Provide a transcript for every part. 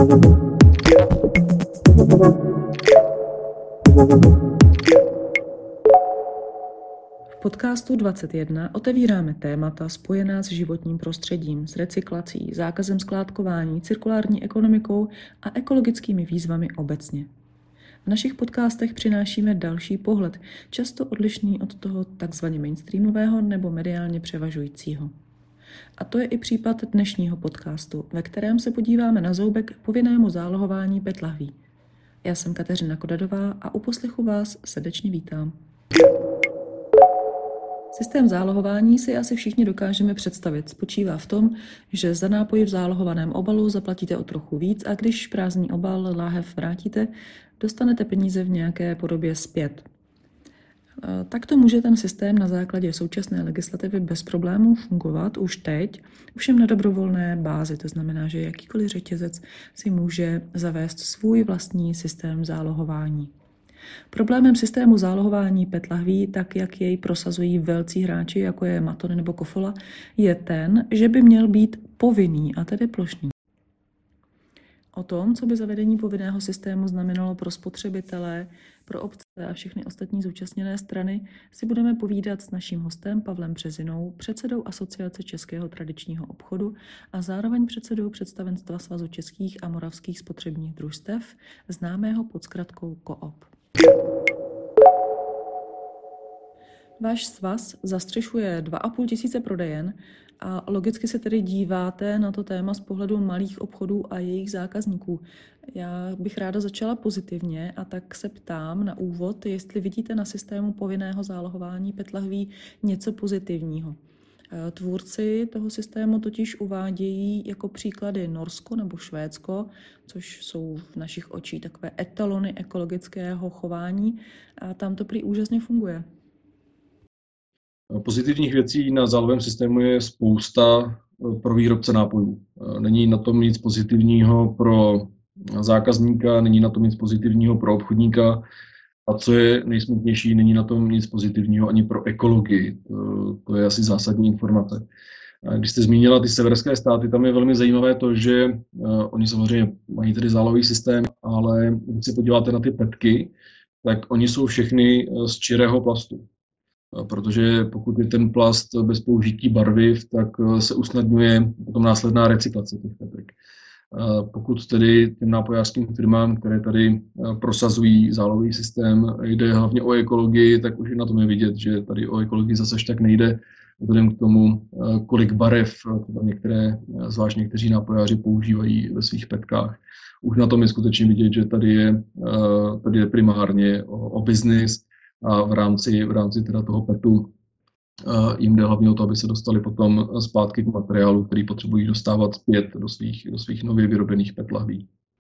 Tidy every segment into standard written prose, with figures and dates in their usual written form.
V podcastu 21 otevíráme témata spojená s životním prostředím, s recyklací, zákazem skládkování, cirkulární ekonomikou a ekologickými výzvami obecně. V našich podcastech přinášíme další pohled, často odlišný od toho takzvaně mainstreamového nebo mediálně převažujícího. A to je i případ dnešního podcastu, ve kterém se podíváme na zoubek povinnému zálohování PET lahví. Já jsem Kateřina Kodadová a u poslechu vás srdečně vítám. Systém zálohování si asi všichni dokážeme představit. Spočívá v tom, že za nápoj v zálohovaném obalu zaplatíte o trochu víc a když prázdný obal láhev vrátíte, dostanete peníze v nějaké podobě zpět. Takto může ten systém na základě současné legislativy bez problémů fungovat už teď, ovšem na dobrovolné bázi. To znamená, že jakýkoliv řetězec si může zavést svůj vlastní systém zálohování. Problémem systému zálohování PET lahví, tak jak jej prosazují velcí hráči, jako je Maton nebo Kofola, je ten, že by měl být povinný, a tedy plošný. O tom, co by zavedení povinného systému znamenalo pro spotřebitele, pro obce a všechny ostatní zúčastněné strany, si budeme povídat s naším hostem Pavlem Březinou, předsedou Asociace českého tradičního obchodu a zároveň předsedou představenstva Svazu českých a moravských spotřebních družstev, známého pod zkratkou Coop. Váš svaz zastřešuje 2,5 tisíce prodejen a logicky se tedy díváte na to téma z pohledu malých obchodů a jejich zákazníků. Já bych ráda začala pozitivně a tak se ptám na úvod, jestli vidíte na systému povinného zálohování PET lahví něco pozitivního. Tvůrci toho systému totiž uvádějí jako příklady Norsko nebo Švédsko, což jsou v našich očích takové etalony ekologického chování a tam to prý úžasně funguje. Pozitivních věcí na zálohovém systému je spousta pro výrobce nápojů. Není na tom nic pozitivního pro zákazníka, není na tom nic pozitivního pro obchodníka a co je nejsmutnější, není na tom nic pozitivního ani pro ekologii. To je asi zásadní informace. Když jste zmínila ty severské státy, tam je velmi zajímavé to, že oni samozřejmě mají tedy zálohový systém, ale když se podíváte na ty petky, tak oni jsou všechny z čirého plastu. Protože pokud je ten plast bez použití barviv, tak se usnadňuje potom následná recyklace těch petek. Pokud tedy těm nápojářským firmám, které tady prosazují zálohový systém, jde hlavně o ekologii, tak už na tom je vidět, že tady o ekologii zase tak nejde, vzhledem k tomu, kolik barev zvlášť někteří nápojáři používají ve svých petkách. Už na tom je skutečně vidět, že tady je primárně o biznis, a v rámci teda toho PETu jim jde hlavně o to, aby se dostali potom zpátky k materiálu, který potřebují dostávat zpět do svých nově vyrobených PET lahví.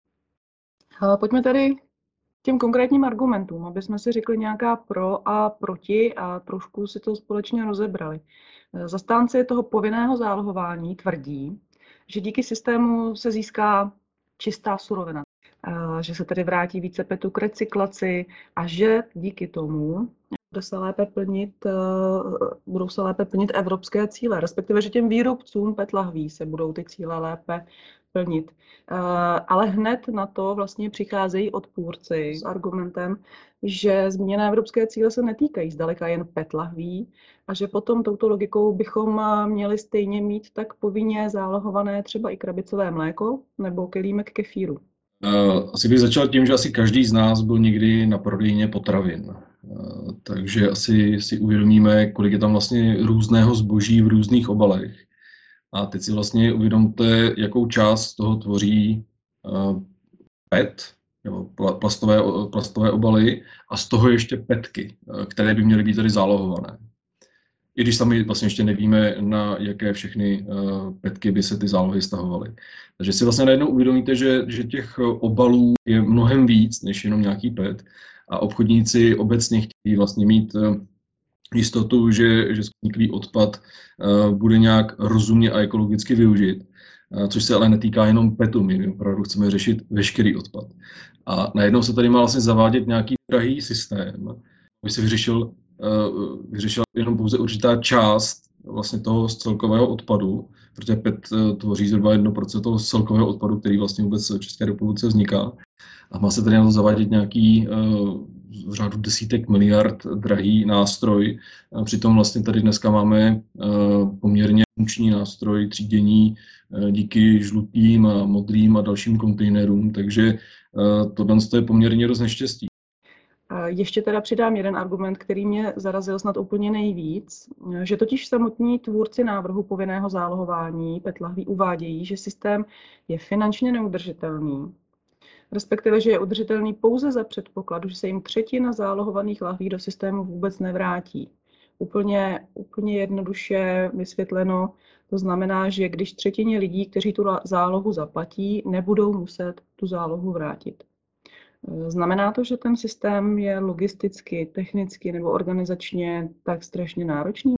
Pojďme tady těm konkrétním argumentům, aby jsme si řekli nějaká pro a proti a trošku si to společně rozebrali. Zastánci toho povinného zálohování tvrdí, že díky systému se získá čistá surovina, že se tedy vrátí více PETu k recyklaci a že díky tomu budou se lépe plnit evropské cíle, respektive, že těm výrobcům PET lahví se budou ty cíle lépe plnit. Ale hned na to vlastně přicházejí odpůrci s argumentem, že zmíněné evropské cíle se netýkají zdaleka jen PET lahví a že potom touto logikou bychom měli stejně mít tak povinně zálohované třeba i krabicové mléko nebo kelímek kefíru. Asi bych začal tím, že asi každý z nás byl někdy na prodejně potravin. Takže asi si uvědomíme, kolik je tam vlastně různého zboží v různých obalech. A teď si vlastně uvědomte, jakou část toho tvoří PET, nebo plastové obaly, a z toho ještě petky, které by měly být tady zálohované. I když sami vlastně ještě nevíme, na jaké všechny petky by se ty zálohy stahovaly. Takže si vlastně najednou uvědomíte, že těch obalů je mnohem víc než jenom nějaký PET a obchodníci obecně chtějí vlastně mít jistotu, že skleníkový odpad bude nějak rozumně a ekologicky využit, což se ale netýká jenom PETu, my opravdu chceme řešit veškerý odpad. A najednou se tady má vlastně zavádět nějaký drahý systém, aby se vyřešila jenom pouze určitá část vlastně toho z celkového odpadu, protože PET tvoří zhruba 1% toho z celkového odpadu, který vlastně vůbec v České republice vzniká. A má se tady na to zavádět nějaký v řádu desítek miliard drahý nástroj. Přitom vlastně tady dneska máme poměrně funkční nástroj třídění díky žlutým a modrým a dalším kontejnerům, takže tohle je poměrně dost neštěstí. Ještě teda přidám jeden argument, který mě zarazil snad úplně nejvíc, že totiž samotní tvůrci návrhu povinného zálohování PET lahví uvádějí, že systém je finančně neudržitelný, respektive, že je udržitelný pouze za předpokladu, že se jim třetina zálohovaných lahví do systému vůbec nevrátí. Úplně jednoduše vysvětleno, to znamená, že když třetině lidí, kteří tu zálohu zaplatí, nebudou muset tu zálohu vrátit. Znamená to, že ten systém je logisticky, technicky nebo organizačně tak strašně náročný?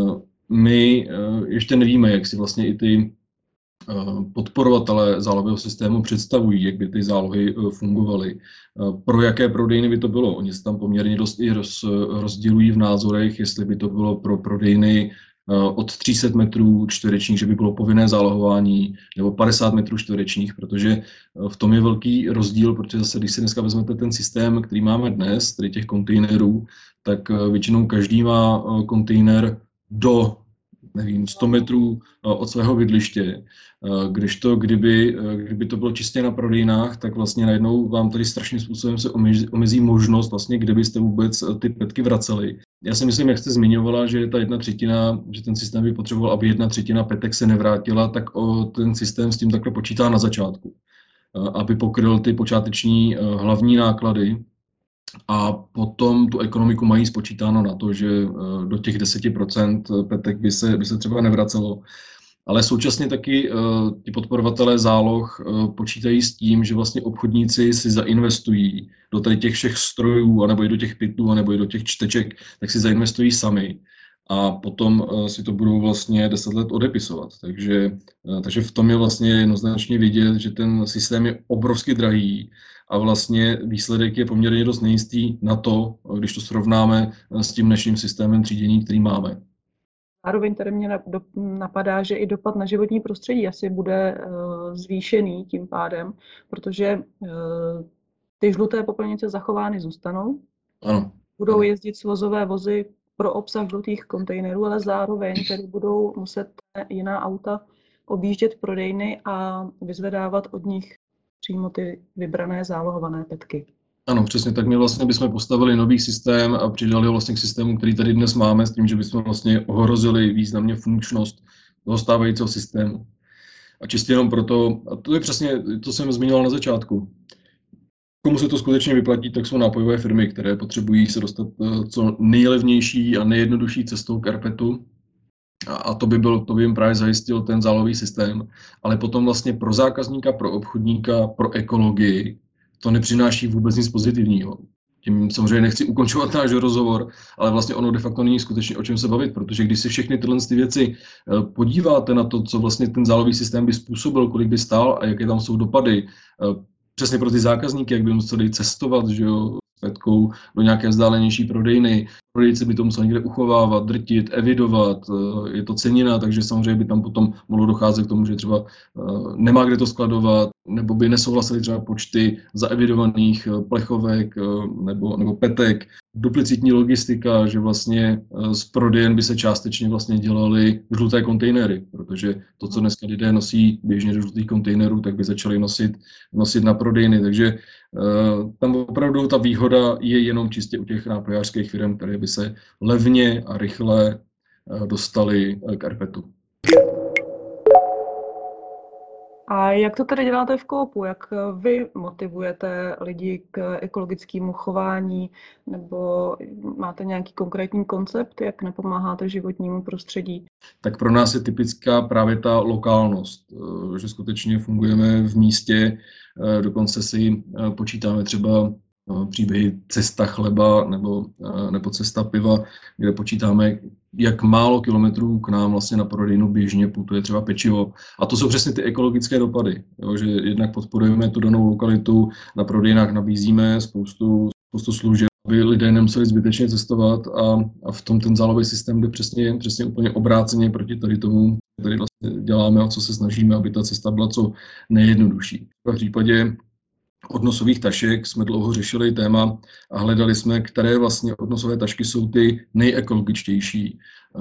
My ještě nevíme, jak si vlastně i ty podporovatelé zálohového systému představují, jak by ty zálohy fungovaly. Pro jaké prodejny by to bylo? Oni se tam poměrně dost i rozdělují v názorech, jestli by to bylo pro prodejny od 300 metrů čtverečních, že by bylo povinné zálohování, nebo 50 metrů čtverečních, protože v tom je velký rozdíl, protože zase, když si dneska vezmete ten systém, který máme dnes, tedy těch kontejnerů, tak většinou každý má kontejner do 100 metrů od svého bydliště. Kdežto, kdyby to bylo čistě na prodejnách, tak vlastně najednou vám tady strašným způsobem se omezí možnost, vlastně, kde byste vůbec ty petky vraceli. Já si myslím, jak jste zmiňovala, že ta 1/3, že ten systém by potřeboval, aby 1/3 petek se nevrátila, tak ten systém s tím takhle počítá na začátku, aby pokryl ty počáteční hlavní náklady. A potom tu ekonomiku mají spočítáno na to, že do těch 10% petek by se třeba nevracelo. Ale současně taky ti podporovatelé záloh počítají s tím, že vlastně obchodníci si zainvestují do tady těch všech strojů, anebo i do těch pytlů, anebo i do těch čteček, tak si zainvestují sami. A potom si to budou vlastně 10 let odepisovat. Takže v tom je vlastně jednoznačně vidět, že ten systém je obrovsky drahý a vlastně výsledek je poměrně dost nejistý na to, když to srovnáme s tím dnešním systémem třídění, který máme. Zároveň tady mě napadá, že i dopad na životní prostředí asi bude zvýšený tím pádem, protože ty žluté popelnice zachovány zůstanou. Ano. Budou jezdit svozové vozy pro obsah žlutých kontejnerů, ale zároveň tedy budou muset jiná auta objíždět prodejny a vyzvedávat od nich přímo ty vybrané zálohované petky. Ano, přesně tak. My vlastně bychom postavili nový systém a přidali ho vlastně k systému, který tady dnes máme, s tím, že bychom vlastně ohrozili významně funkčnost toho stávajícího systému. A čistě jenom proto, a to je přesně, to jsem zmiňoval na začátku, komu se to skutečně vyplatí, tak jsou nápojové firmy, které potřebují se dostat co nejlevnější a nejjednodušší cestou k rPETu. A to by jim právě zajistil ten zálohový systém. Ale potom vlastně pro zákazníka, pro obchodníka, pro ekologii to nepřináší vůbec nic pozitivního. Tím samozřejmě nechci ukončovat náš rozhovor, ale vlastně ono de facto není skutečně o čem se bavit, protože když si všechny tyhle věci podíváte na to, co vlastně ten zálohový systém by způsobil, kolik by stál a jaké tam jsou dopady, přesně pro ty zákazníky, jak by museli cestovat, že jo, petkou do nějaké vzdálenější prodejny. Prodejci by to museli někde uchovávat, drtit, evidovat, je to cenina, takže samozřejmě by tam potom mohlo docházet k tomu, že třeba nemá kde to skladovat, nebo by nesouhlasili třeba počty zaevidovaných plechovek nebo petek. Duplicitní logistika, že vlastně z prodejen by se částečně vlastně dělaly žluté kontejnery, protože to, co dneska lidé nosí běžně do žlutých kontejnerů, tak by začali nosit na prodejny, takže tam opravdu ta výhoda je jenom čistě u těch nápojářských firm, které by se levně a rychle dostaly k rPETu. A jak to tedy děláte v Coopu? Jak vy motivujete lidi k ekologickému chování? Nebo máte nějaký konkrétní koncept, jak napomáháte životnímu prostředí? Tak pro nás je typická právě ta lokálnost, že skutečně fungujeme v místě, dokonce si počítáme třeba příběhy cesta chleba nebo cesta piva, kde počítáme, jak málo kilometrů k nám vlastně na prodejnu běžně putuje třeba pečivo. A to jsou přesně ty ekologické dopady, jo, že jednak podporujeme tu danou lokalitu, na prodejnách nabízíme spoustu služeb, aby lidé nemuseli zbytečně cestovat a v tom ten zálohový systém jde přesně úplně obráceně proti tady tomu, tady vlastně děláme a co se snažíme, aby ta cesta byla co nejjednodušší. V případě odnosových tašek jsme dlouho řešili téma a hledali jsme, které vlastně odnosové tašky jsou ty nejekologičtější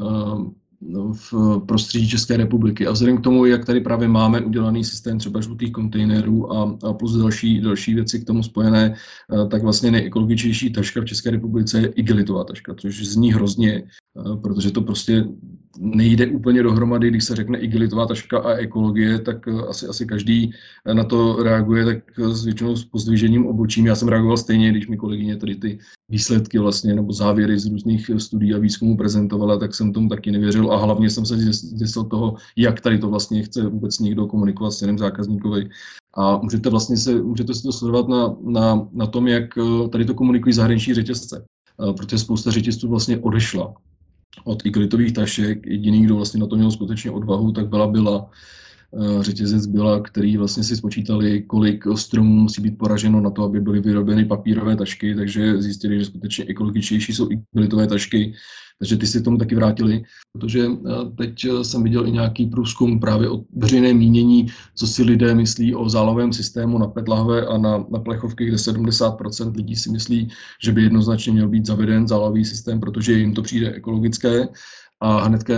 v prostředí České republiky. A vzhledem k tomu, jak tady právě máme udělaný systém třeba žlutých kontejnerů a plus další věci k tomu spojené, tak vlastně nejekologičtější taška v České republice je igelitová taška, což zní hrozně, protože to prostě nejde úplně dohromady. Když se řekne igelitová taška a ekologie, tak asi každý na to reaguje tak většinou s pozdvižením obočím. Já jsem reagoval stejně, když mi kolegyně tady ty výsledky vlastně nebo závěry z různých studií a výzkumů prezentovala, tak jsem tomu taky nevěřil a hlavně jsem se zděsil toho, jak tady to vlastně chce vůbec někdo komunikovat s jiným zákazníkovi. A můžete si to sledovat na tom, jak tady to komunikují zahraniční řetězce, protože spousta řetězců vlastně odešla od igelitových tašek. Jediný, kdo vlastně na to měl skutečně odvahu, tak byla řetězec Byla, který vlastně si spočítali, kolik stromů musí být poraženo na to, aby byly vyrobeny papírové tašky, takže zjistili, že skutečně ekologičtější jsou igelitové tašky, takže ty si k tomu taky vrátili, protože teď jsem viděl i nějaký průzkum právě o veřejné mínění, co si lidé myslí o zálohovém systému na PET lahve a na plechovky, kde 70% lidí si myslí, že by jednoznačně měl být zaveden zálohový systém, protože jim to přijde ekologické. A hnedka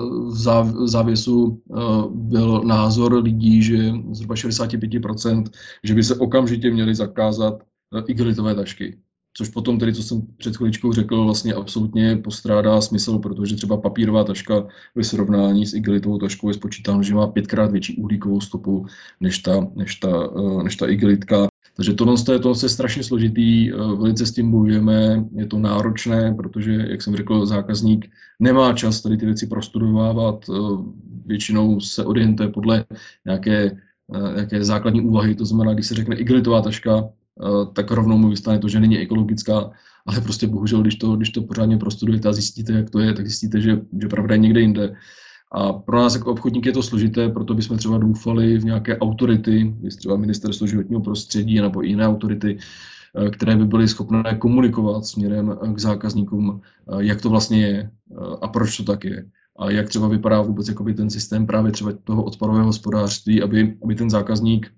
v závěsu byl názor lidí, že zhruba 65%, že by se okamžitě měly zakázat igelitové tašky. Což potom tedy, co jsem před chviličkou řekl, vlastně absolutně postrádá smysl, protože třeba papírová taška ve srovnání s igelitovou taškou je spočítáno, že má 5krát větší uhlíkovou stopu než ta igelitka. Takže tohle je strašně složitý, velice s tím bojujeme, je to náročné, protože, jak jsem řekl, zákazník nemá čas tady ty věci prostudovávat, většinou se orientuje podle nějaké základní úvahy, to znamená, když se řekne igelitová taška, tak rovnou mu vystane to, že není ekologická, ale prostě bohužel, když to pořádně prostudujete a zjistíte, jak to je, tak zjistíte, že pravda je někde jinde. A pro nás jako obchodník je to složité, proto bychom třeba doufali v nějaké autority, třeba Ministerstvo životního prostředí nebo i jiné autority, které by byly schopné komunikovat směrem k zákazníkům, jak to vlastně je a proč to tak je. A jak třeba vypadá vůbec jakoby ten systém právě třeba toho odpadového hospodářství, aby ten zákazník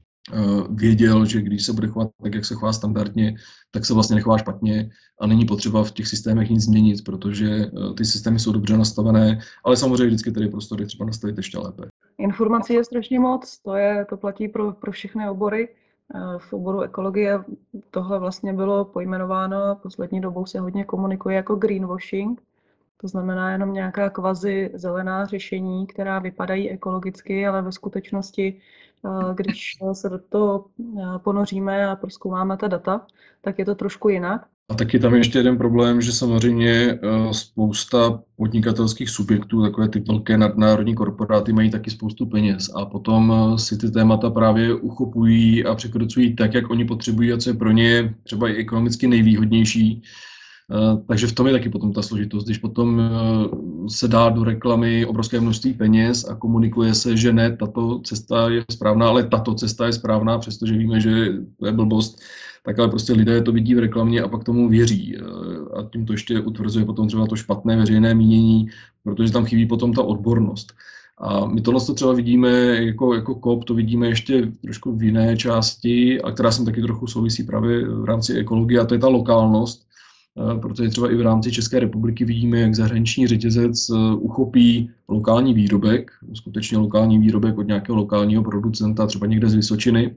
věděl, že když se bude chovat tak, jak se chová standardně, tak se vlastně nechová špatně a není potřeba v těch systémech nic změnit, protože ty systémy jsou dobře nastavené, ale samozřejmě vždycky tady prostory třeba nastavit ještě lépe. Informací je strašně moc, to platí pro všechny obory. V oboru ekologie tohle vlastně bylo pojmenováno, poslední dobou se hodně komunikuje jako greenwashing, to znamená jenom nějaká kvazi zelená řešení, která vypadají ekologicky, ale ve skutečnosti, když se do toho ponoříme a prozkoumáme ta data, tak je to trošku jinak. A taky tam je ještě jeden problém, že samozřejmě spousta podnikatelských subjektů, takové ty velké nadnárodní korporáty, mají taky spoustu peněz a potom si ty témata právě uchopují a překrucují tak, jak oni potřebují a co je pro ně třeba i ekonomicky nejvýhodnější. Takže v tom je taky potom ta složitost, když potom se dá do reklamy obrovské množství peněz a komunikuje se, že ne, tato cesta je správná, ale tato cesta je správná, přestože víme, že to je blbost, tak ale prostě lidé to vidí v reklamě a pak tomu věří. A tím to ještě utvrzuje potom třeba to špatné veřejné mínění, protože tam chybí potom ta odbornost. A my tohle třeba vidíme jako KOP, to vidíme ještě trošku v jiné části, a která sem taky trochu souvisí právě v rámci ekologie, a to je ta lokálnost. Protože třeba i v rámci České republiky vidíme, jak zahraniční řetězec uchopí lokální výrobek, skutečně lokální výrobek od nějakého lokálního producenta, třeba někde z Vysočiny,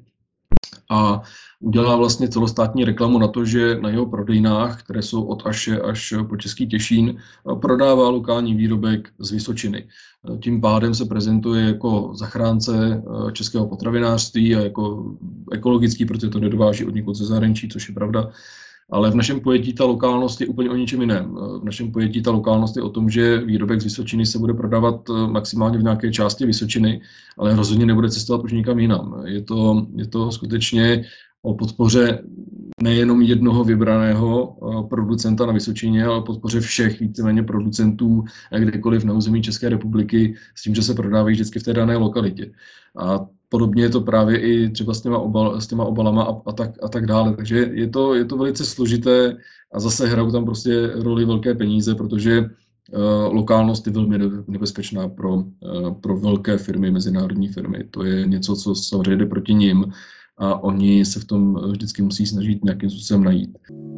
a udělá vlastně celostátní reklamu na to, že na jeho prodejnách, které jsou od Aše až po Český Těšín, prodává lokální výrobek z Vysočiny. Tím pádem se prezentuje jako zachránce českého potravinářství a jako ekologický, protože to nedováží od někud ze zahraničí, což je pravda. Ale v našem pojetí ta lokálnost je úplně o něčem jiném. V našem pojetí ta lokálnost je o tom, že výrobek z Vysočiny se bude prodávat maximálně v nějaké části Vysočiny, ale rozhodně nebude cestovat už nikam jinam. Je to skutečně o podpoře nejenom jednoho vybraného producenta na Vysočině, ale o podpoře všech víceméně producentů kdekoliv na území České republiky s tím, že se prodávají vždycky v té dané lokalitě. A podobně je to právě i třeba s těma obalama a tak dále. Takže je to velice složité a zase hrajou tam prostě roli velké peníze, protože lokálnost je velmi nebezpečná pro velké firmy, mezinárodní firmy. To je něco, co samozřejmě jde proti nim a oni se v tom vždycky musí snažit nějakým způsobem najít.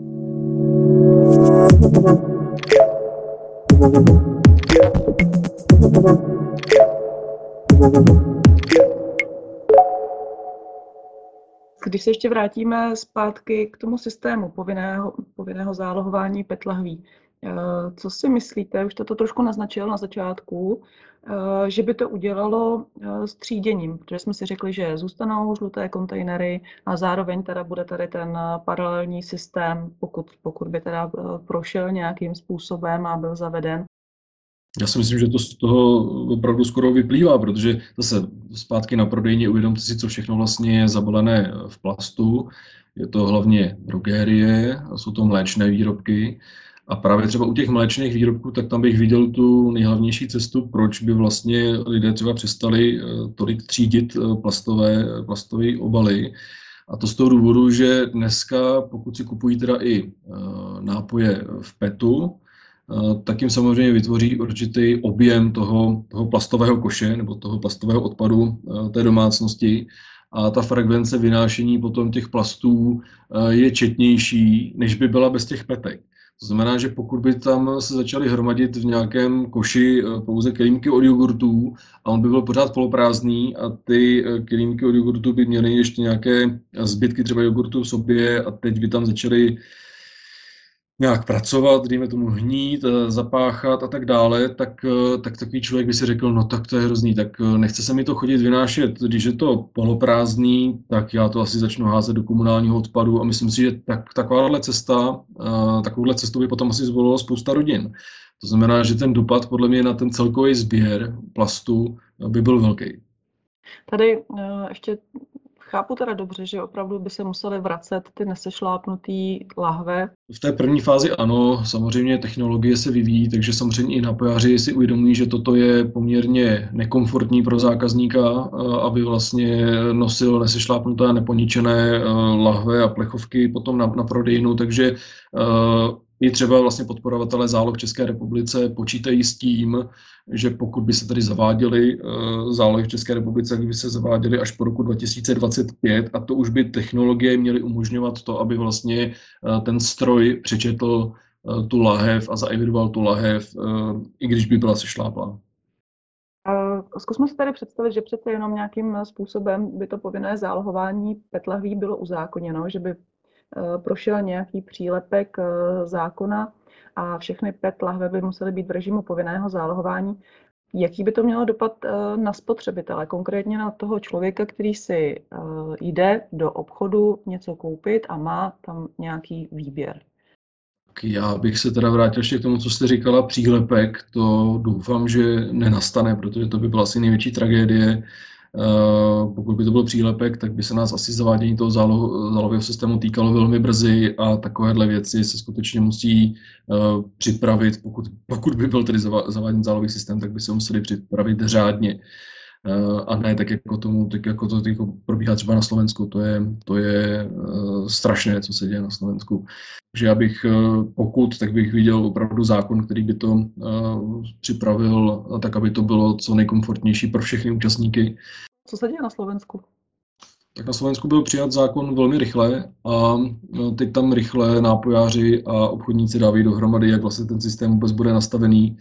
Když se ještě vrátíme zpátky k tomu systému povinného zálohování PET lahví, co si myslíte, už to trošku naznačil na začátku, že by to udělalo s tříděním, protože jsme si řekli, že zůstanou žluté kontejnery a zároveň teda bude tady ten paralelní systém, pokud by teda prošel nějakým způsobem a byl zaveden. Já si myslím, že to z toho opravdu skoro vyplývá, protože zase zpátky na prodejně uvědomte si, co všechno vlastně je zabalené v plastu. Je to hlavně drogérie, jsou to mléčné výrobky. A právě třeba u těch mléčných výrobků, tak tam bych viděl tu nejhlavnější cestu, proč by vlastně lidé třeba přestali tolik třídit plastové obaly. A to z toho důvodu, že dneska, pokud si kupují teda i nápoje v PETu, tak jim samozřejmě vytvoří určitý objem toho plastového koše nebo toho plastového odpadu té domácnosti. A ta frekvence vynášení potom těch plastů je četnější, než by byla bez těch petek. To znamená, že pokud by tam se začaly hromadit v nějakém koši pouze kelímky od jogurtů a on by byl pořád poloprázdný a ty kelímky od jogurtů by měly ještě nějaké zbytky třeba jogurtu v sobě a teď by tam začaly nějak pracovat, dejme tomu hnít, zapáchat a tak dále, tak takový člověk by si řekl, no tak to je hrozný, tak nechce se mi to chodit vynášet, když je to poloprázdný, tak já to asi začnu házet do komunálního odpadu a myslím si, že takovouhle cestu by potom asi zvolilo spousta rodin. To znamená, že ten dopad podle mě na ten celkový sběr plastu by byl velký. Tady ještě chápu teda dobře, že opravdu by se musely vracet ty nesešlápnutý lahve. V té první fázi ano, samozřejmě technologie se vyvíjí, takže samozřejmě i nápojáři si uvědomují, že toto je poměrně nekomfortní pro zákazníka, aby vlastně nosil nesešlápnuté, neponičené lahve a plechovky potom na prodejnu, takže i třeba vlastně podporovatelé záloh v České republice počítají s tím, že pokud by se tady zaváděly zálohy v České republice, by se zaváděly až po roku 2025 a to už by technologie měly umožňovat to, aby vlastně ten stroj přečetl tu lahev a zaevidoval tu lahev, i když by byla sešláplá. Zkusme si tady představit, že přece jenom nějakým způsobem by to povinné zálohování PET lahví bylo uzákoněno, že by prošel nějaký přílepek zákona a všechny PET lahve by musely být v režimu povinného zálohování. Jaký by to mělo dopad na spotřebitele, konkrétně na toho člověka, který si jde do obchodu něco koupit a má tam nějaký výběr? Já bych se teda vrátil ještě k tomu, co jste říkala, přílepek. To doufám, že nenastane, protože to by byla asi největší tragédie. Pokud by to byl přílepek, tak by se nás asi zavádění toho zálohového systému týkalo velmi brzy a takovéhle věci se skutečně musí připravit. Pokud by byl tedy zaváděn zálohový systém, tak by se museli připravit řádně. A ne tak jako to probíhá třeba na Slovensku. To je strašné, co se děje na Slovensku. Takže já bych, tak bych viděl opravdu zákon, který by to připravil tak, aby to bylo co nejkomfortnější pro všechny účastníky. Co se děje na Slovensku? Tak na Slovensku byl přijat zákon velmi rychle a teď tam rychle nápojáři a obchodníci dávají dohromady, jak vlastně ten systém vůbec bude nastavený.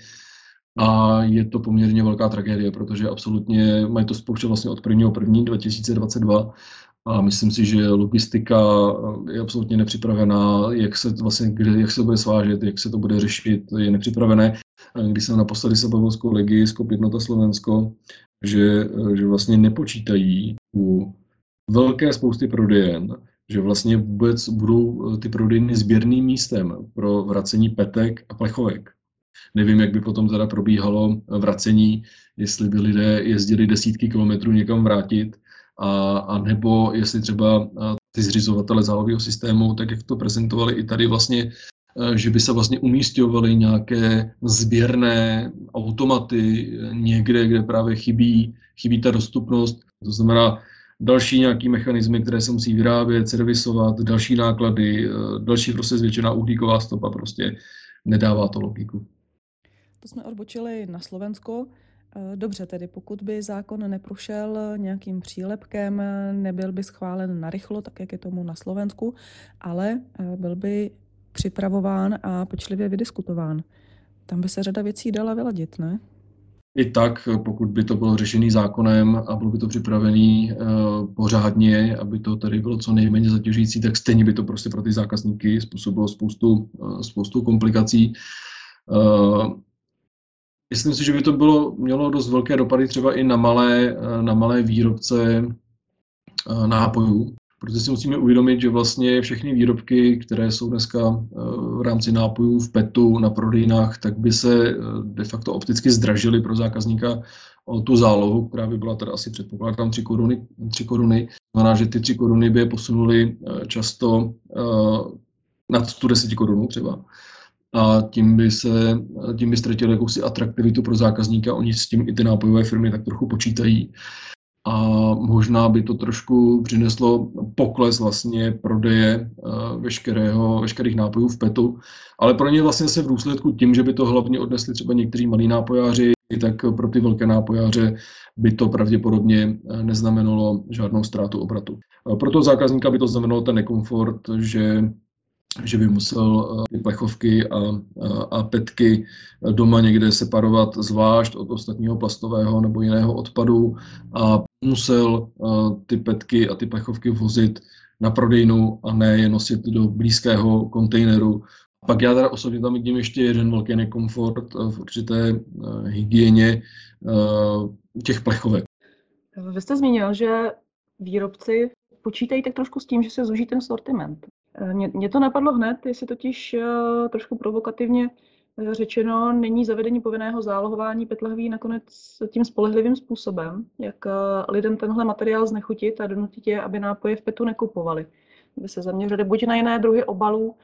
A je to poměrně velká tragédie, protože absolutně mají to spouštět vlastně od 1.1.2022 a myslím si, že logistika je absolutně nepřipravená, jak se bude svážet, jak se to bude řešit, je nepřipravené. Když jsem naposledy se bavil s kolegy z COP Jednota Slovensko, že vlastně nepočítají u velké spousty prodejen, že vlastně vůbec budou ty prodejny sběrným místem pro vracení petek a plechovek. Nevím, jak by potom teda probíhalo vracení, jestli by lidé jezdili desítky kilometrů někam vrátit, a nebo jestli třeba ty zřizovatele zálohového systému, tak jak to prezentovali i tady vlastně, že by se vlastně umísťovaly nějaké sběrné automaty někde, kde právě chybí ta dostupnost. To znamená další nějaký mechanismy, které se musí vyrábět, servisovat, další náklady, další prostě zvětšená uhlíková stopa, prostě nedává to logiku. To jsme odbočili na Slovensko. Dobře, tedy pokud by zákon neprošel nějakým přílepkem, nebyl by schválen narychlo, tak jak je tomu na Slovensku, ale byl by připravován a pečlivě vydiskutován. Tam by se řada věcí dala vyladit, ne? I tak, pokud by to bylo řešený zákonem a bylo by to připravený pořádně, aby to tady bylo co nejméně zatěžující, tak stejně by to prostě pro ty zákazníky způsobilo spoustu komplikací. Myslím si, že by to mělo dost velké dopady třeba i na malé výrobce nápojů, protože si musíme uvědomit, že vlastně všechny výrobky, které jsou dneska v rámci nápojů v PETu na prodejnách, tak by se de facto opticky zdražily pro zákazníka o tu zálohu, která by byla teda asi předpokládám 3 koruny. Znamená, že ty 3 koruny by je posunuly často nad tu 10 korunu třeba. A tím by ztratili jakousi atraktivitu pro zákazníka. Oni s tím i ty nápojové firmy tak trochu počítají. A možná by to trošku přineslo pokles vlastně prodeje veškerých nápojů v PETu. Ale pro ně vlastně se v důsledku tím, že by to hlavně odnesli třeba někteří malí nápojáři, tak pro ty velké nápojáře by to pravděpodobně neznamenalo žádnou ztrátu obratu. Pro toho zákazníka by to znamenalo ten nekomfort, že by musel ty plechovky a petky doma někde separovat zvlášť od ostatního plastového nebo jiného odpadu a musel ty petky a ty plechovky vozit na prodejnu a ne je nosit do blízkého kontejneru. Pak já teda osobně tam vidím ještě jeden velký nekomfort v určité hygieně těch plechovek. Vy jste zmínil, že výrobci počítají tak trošku s tím, že se zúží ten sortiment. Mě to napadlo hned, jestli totiž trošku provokativně řečeno není zavedení povinného zálohování PET lahví nakonec tím spolehlivým způsobem, jak lidem tenhle materiál znechutit a donutit je, aby nápoje v PETu nekupovali. Aby se zaměřili buď na jiné druhy obalů,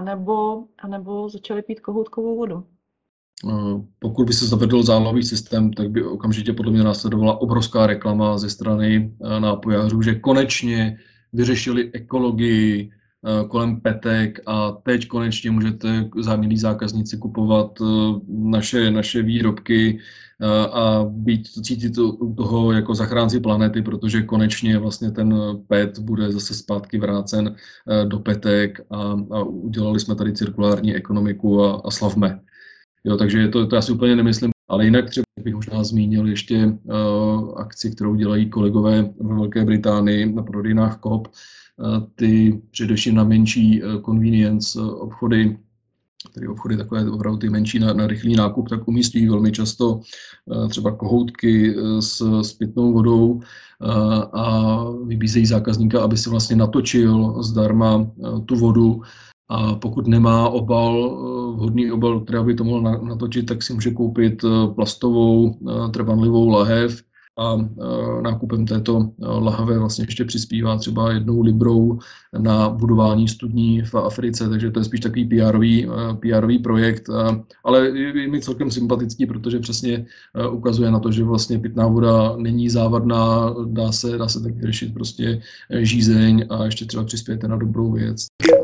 anebo začali pít kohoutkovou vodu. Pokud by se zavedl zálohový systém, tak by okamžitě podle mě následovala obrovská reklama ze strany nápojářů, že konečně vyřešili ekologii kolem petek a teď konečně můžete, milí zákazníci, kupovat naše výrobky a cítit toho jako zachránci planety, protože konečně vlastně ten PET bude zase zpátky vrácen do petek a udělali jsme tady cirkulární ekonomiku a slavme. Jo, takže to já si úplně nemyslím. Ale jinak třeba bych možná zmínil ještě akci, kterou dělají kolegové ve Velké Británii na prodejnách Coop. Ty především na menší convenience obchody, tedy obchody takové opravdu ty menší na rychlý nákup, tak umístí velmi často třeba kohoutky s pitnou vodou a vybízejí zákazníka, aby si vlastně natočil zdarma tu vodu. A pokud nemá vhodný obal, který by to mohl natočit, tak si může koupit plastovou trvanlivou lahev a nákupem této lahve vlastně ještě přispívá třeba 1 librou na budování studní v Africe, takže to je spíš takový PR-ový projekt, ale je mi celkem sympatický, protože přesně ukazuje na to, že vlastně pitná voda není závadná, dá se tak vyřešit prostě žízeň a ještě třeba přispějete na dobrou věc.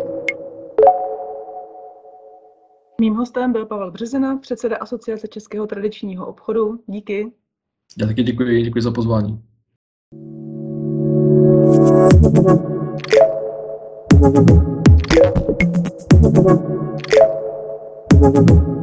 Mým hostem byl Pavel Březina, předseda Asociace českého tradičního obchodu. Díky. Já taky děkuji za pozvání. Thank you.